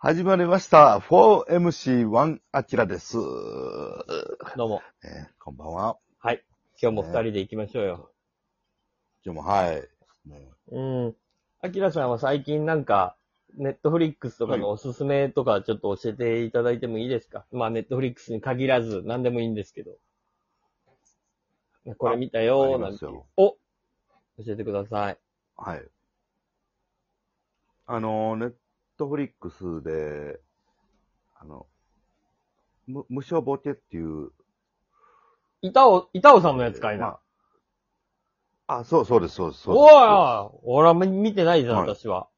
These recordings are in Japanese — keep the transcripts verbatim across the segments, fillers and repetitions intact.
始まりました。フォーエムシーワン アキラです。 どうも。 えーこんばんは。 はい。今日も二人で行きましょうよ。 今日もはい。もうん。アキラさんは最近なんか、ネットフリックスとかのおすすめとかちょっと教えていただいてもいいですか？まあネットフリックスに限らず何でもいいんですけど。これ見たありよーなんていう。 ますよ。 お、教えてください。 はい。あの、ネットフリックスで、あの、む無償ボケっていう、 板尾、板尾えさんのやつかいな。 ーまあ、あ、そう、そうです、そうです、そうおです。そうー俺は見てないじゃん、 ですはい。 私は。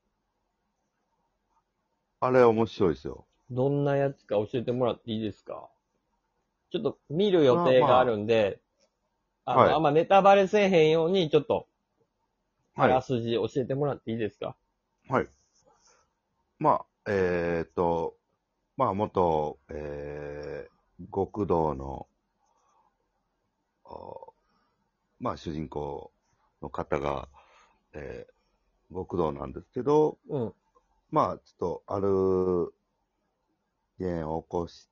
あれ面白いですよ。 どんなやつか教えてもらっていいですか？ちょっと見る予まあ、 定があまるんで、ああ、はの、あい。 んまネタバレせえへんように、ちょっと、あはい。 らすじ教えてもらっていいですか？ はい。まあ、えーっと、まあ、元、えー、極道の、おまあ、主人公の方が、えー、極道なんですけど、 うん。 まあ、ちょっと、ある事件を起こして、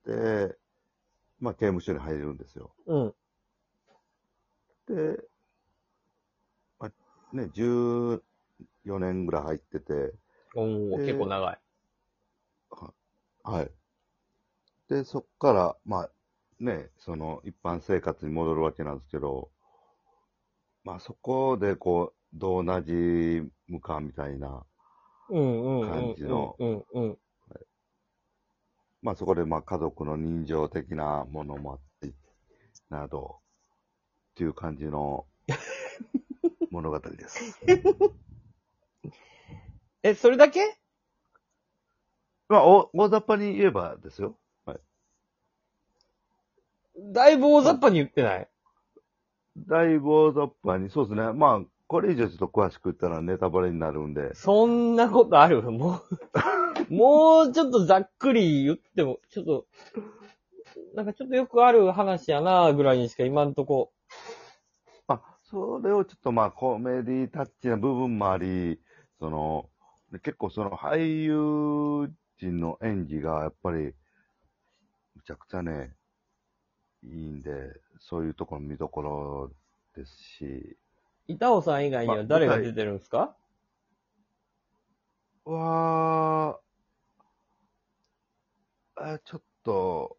まあ、刑務所に入るんですよ。 うん。 で、まあ、ね、じゅうよねんぐらい入ってて、 おー、結構で、 長い。 ははい。で、そっから、まあ、ね、その、一般生活に戻るわけなんですけど、まあ、そこで、こう、どうなじむかみたいなうんうんうんうん感じの、 うんうん。 まあ、そこで、まあ、家族の人情的なものもあって、など、っていう感じの物語です。 え、それだけ？ まあ、お大雑把に言えばですよ。はい。 だいぶ大まあ、 雑把に言ってない？ だいぶ大雑把に、そうですね。まあ、これ以上ちょっと詳しく言ったらネタバレになるんで、 そんなことある？もう、もうちょっとざっくり言っても、ちょっと、なんかちょっとよくある話やなぐらいにしか今んとこ。 まあ、それをちょっとまあ、コメディタッチな部分もあり、その、結構その俳優陣の演技がやっぱり、むちゃくちゃね、いいんで、そういうところ見どころですし、 板尾さん以外にまあ、 は舞台誰が出てるんですか？ は、あちょっと、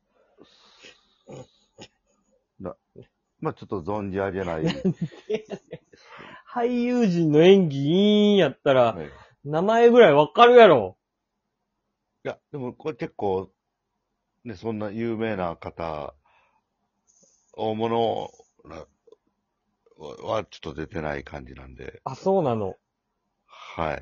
な、まあちょっと存じ上げないですね。 俳優陣の演技いいんやったら、 はい。い名前ぐらいわかるやろ。 や、でもこれ結構、ね、そんな有名な方、大物なはちょっと出てない感じなんで、 あ、そうなの。 はい。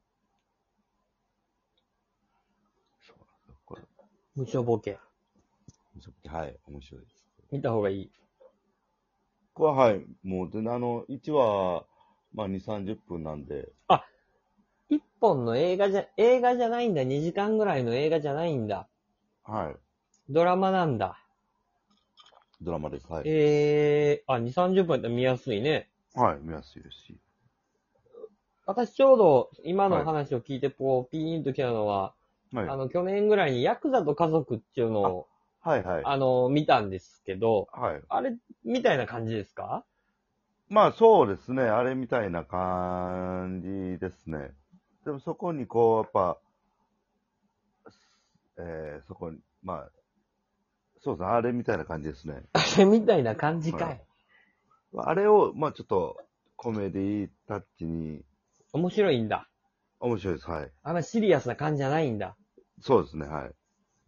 そうなんですよ。これ、 無償ボケ。 はい、面白いです。 見た方がいい。 これは、はい、もう、で、あの、いちわ、まあ、に、さんじゅっぷんなんで、 あ、一本の映画じゃ、映画じゃないんだ。にじかんぐらいの映画じゃないんだ。 はい、 ドラマなんだ。 ドラマです。はい。 えー、あ、に、さんじゅっぷんやったら見やすいね。 はい、見やすいですし。 私ちょうど今のはい、 話を聞いてこう、ピーンときたのは、 はい。 あの、去年ぐらいにヤクザと家族っていうのあ、 を、 はい、はい、 あの、見たんですけど、 はい。 あれ、みたいな感じですか？ まあ、そうですね。あれみたいな感じですね。でも、そこに、こう、やっぱ、えー、そこに、まあ、そうですね。あれみたいな感じですね。 あれみたいな感じはい。 かい。 あれを、まあ、ちょっと、コメディタッチに、 面白いんだ。 面白いです。はい。 あんまシリアスな感じじゃないんだ。 そうですね。はい。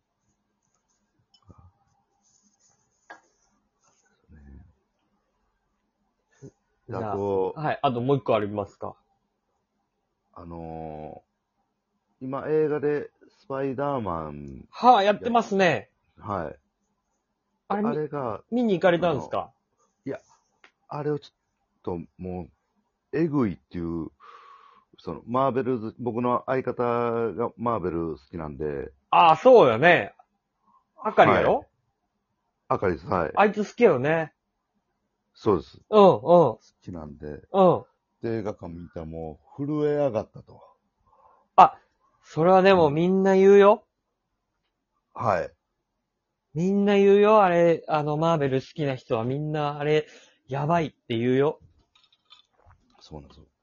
であじゃあ、 と、 はい。あともう一個ありますか？ あのー今映画でスパイダーマンはあ、やってや、 ますね。 はい。で、 あれ、み、 あれが、 見に行かれあの、 たんですか？ いや、あれをちょっともう、えぐいっていう、その、マーベルズ、僕の相方がマーベル好きなんで、 ああ、そうよね。あかりやはい。 ろ？ あかりです。はい。 あいつ好きよね。 そうです。 うん、うん、 好きなんで、 うん。 で映画館見たらもう震え上がったと。 あ、 それはでもみんな言うよ。 はい。 みんな言うよ。あれ、あの、マーベル好きな人はみんな、あれ、やばいって言うよ。 そうなんですよ。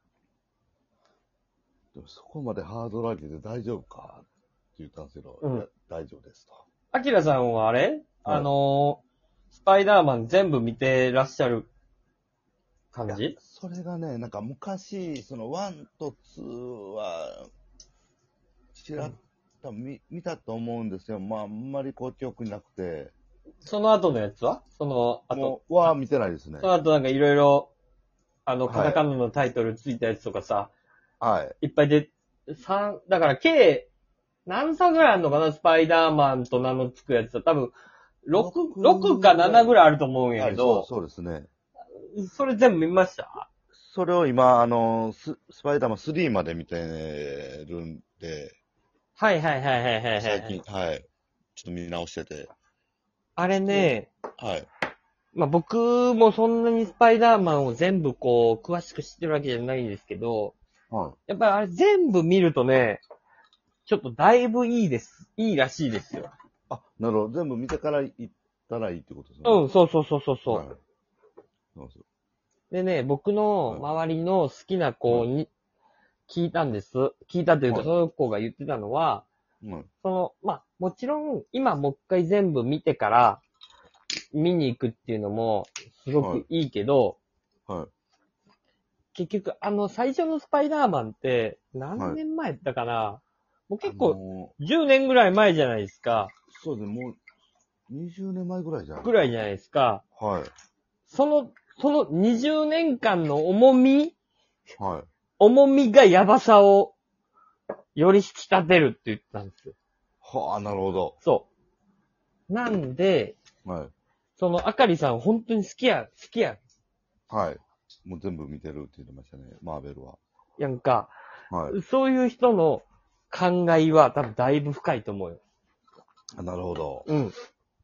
でもそこまでハードル上げて大丈夫かって言ったんですけど、 うんいや、大丈夫ですと。 アキラさんはあれ、 はいあのー、スパイダーマン全部見てらっしゃる感いやじ？ それがね、なんか昔、そのワンとツーは、ちらっと見,、見たと思うんですよ。まあ、あんまりこう記憶になくて。 その後のやつはその後。 もう、は見てないですねそ。の後なんかいろいろ、あの、 はいカタカナのタイトルついたやつとかさ、 はい。 いっぱいで、三、だから計、何差ぐらいあるのかなスパイダーマンと名の付くやつは。多分、六、六か七ぐらいあると思うんやはい、 けど、 そうそうですね。 それ全部見ました？ それを今、あの、ススパイダーマンスリーまで見てるんで、 はいはいはいはいはい、はい。 最近、はい。ちょっと見直してて。 あれね、 はい。 まあ、僕もそんなにスパイダーマンを全部こう、詳しく知ってるわけじゃないんですけど、 はい。 やっぱりあれ全部見るとね、ちょっとだいぶいいです。いいらしいですよ。 あ、なるほど。全部見てから行ったらいいってことですね。 うん、そうそうそうそうそう。 はい。そうそうでね、僕の周りの好きな子に聞いたんです。聞いたというか、 はいその子が言ってたのは、 はい。 その、まあ、もちろん、今もう一回全部見てから見に行くっていうのもすごくいいけど、 はい。 結局、あの、最初のスパイダーマンって何年前だったかな、もう結構、 あのじゅうねんぐらい前じゃないですか。 ーそうですね、もう、にじゅうねんまえぐらいじゃん。 ぐらいじゃないですか。 はい。 その、そのにじゅうねんかんの重み、 はい。 重みがやばさをより引き立てるって言ってたんですよ。 はあ、なるほど。 そう。なんで、 はい。 そのあかりさん本当に好きや、好きや、 はい。もう全部見てるって言ってましたね、マーベルは。 やんか、 はい。 そういう人の考えは多分だいぶ深いと思うよ。 あ、なるほど。 うん。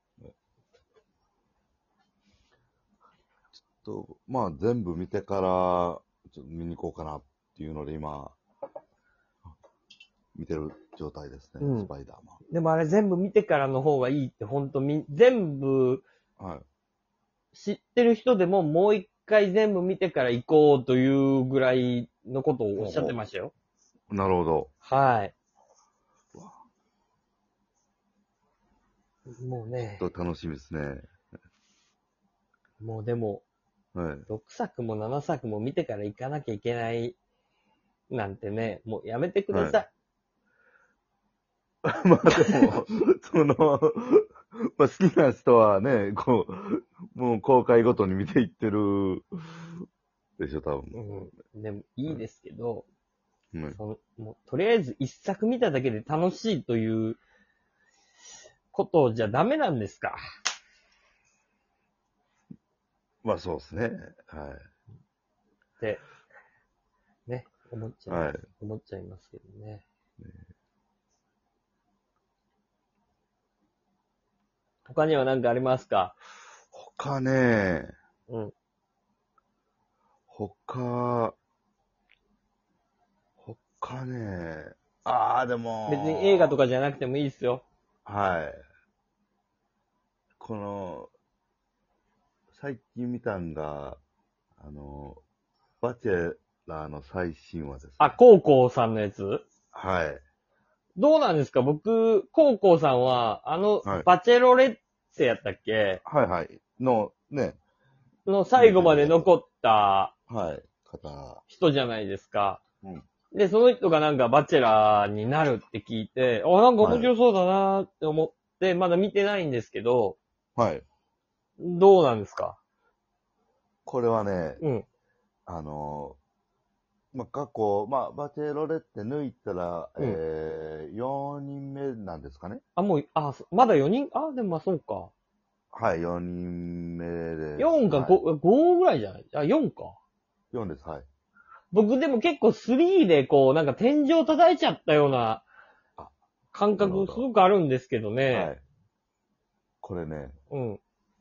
と、まあ、全部見てから、ちょっと見に行こうかなっていうので、今、見てる状態ですね、 うんスパイダーマでもあれ全部見てからの方がいいって本当み、全部ン。はい。 知ってる人でももう一回全部見てから行こうというぐらいのことをおっしゃってましたよ。 なるほど。 はい。 うわもうねち、ょっと楽しみですね。 もうでも、 はい。 ろくさくもななさくも見てから行かなきゃいけないなんてね、もうやめてください。 まあでも、その、まあ好きな人はね、こう、もう公開ごとに見ていってるでしょ、多分。 うん。でもいいですけど、 うん。 そのもうとりあえず一作見ただけで楽しいということじゃダメなんですか。 まあそうですね。はって、ね、思っちい。 ゃい、 はい。 思っちゃいますけどね。他には何かありますか？ 他ね、 うん。 他、他ね、ああ、でも、 別に映画とかじゃなくてもいいですよ。 はい。この、最近見たんが、あの、バチェラーの最新話です、ね。 あ、コウコウさんのやつ？ はい。 どうなんですか？僕、コウコウさんは、あの、 はいバチェロレッテやったっけはいはい。の、ね、 の最後まで残ったはい。方。 人じゃないですか。 うん。 で、その人がなんかバチェラーになるって聞いて、あ、なんか面白そうだなって思って、まだ見てないんですけど、 はい。 どうなんですか？ これはね、 うん。 あの、まあ、過去、まあ、バチェロレッテ抜いたら、 うんえー、よにんめなんですかね。 あ、もう、あ、そまだよにん、あ、でもまあそうか。 はい、よにんめです。 よんかはい、 ご、ごぐらいじゃない？あ、よんか。 よんです、はい。 僕でも結構スリーでこう、なんか天井叩いちゃったようなあ感なるほど覚すごくあるんですけどね。 はい。これね、 うん。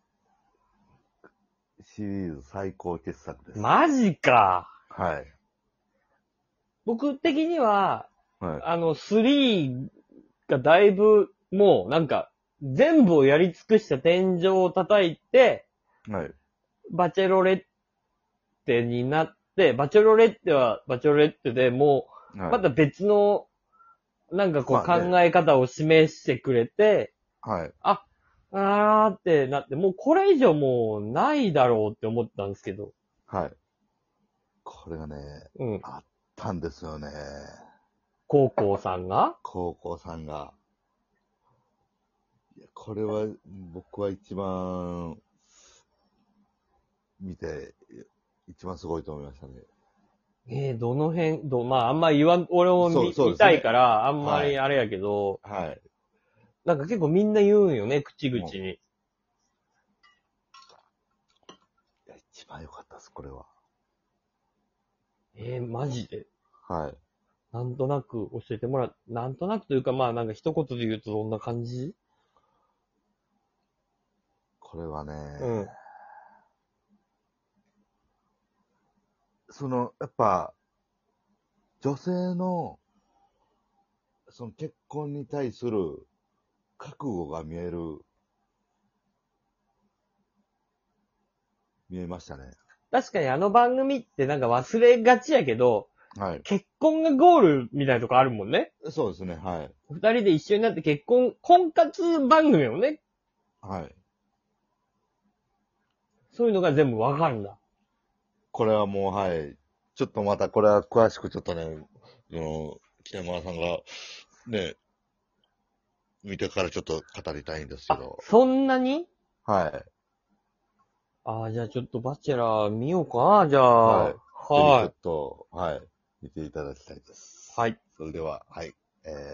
シリーズ最高傑作です。 マジか。 はい。 僕的には、 はい。 あの、スリーがだいぶ、もう、なんか、全部をやり尽くした天井を叩いて、 はい。 バチェロレッテになって、バチェロレッテはバチェロレッテでもう、 はい。 また別の、なんかこうまあね考え方を示してくれて、 はい。 あ、あーってなって、もうこれ以上もうないだろうって思ったんですけど。 はい。これがね、 うん。 あったんですよね。 高校さんが高校さんが。いやこれは、僕は一番、見て、一番すごいと思いましたね。 えー、どの辺、ど、まああんま言わん、俺も見,、 そうそうですね見たいから、あんまはいりあれやけど、 はい。 なんか結構みんな言うんよね、口々に。 いや一番良かったです、これは。 えー、マジで。 はい。 なんとなく教えてもらう。なんとなくというか、まあなんか一言で言うとどんな感じ？ これはね、 うん。 その、やっぱ、女性の、その結婚に対する覚悟が見える、見えましたね。 確かにあの番組ってなんか忘れがちやけど、 はい。 結婚がゴールみたいなとこあるもんね。 そうですね、はい。 二人で一緒になって結婚、婚活番組よね。 はい。 そういうのが全部わかるんだ。 これはもう、はい。ちょっとまた、これは詳しくちょっとね、その、北村さんが、ね、見てからちょっと語りたいんですけあど、、 そんなにはい。 ああ、じゃあちょっとバチェラー見ようかな、じゃあ。 はい。ぜひちょはっと、はい。見ていただきたいです。 はい。 それでは、はい。えー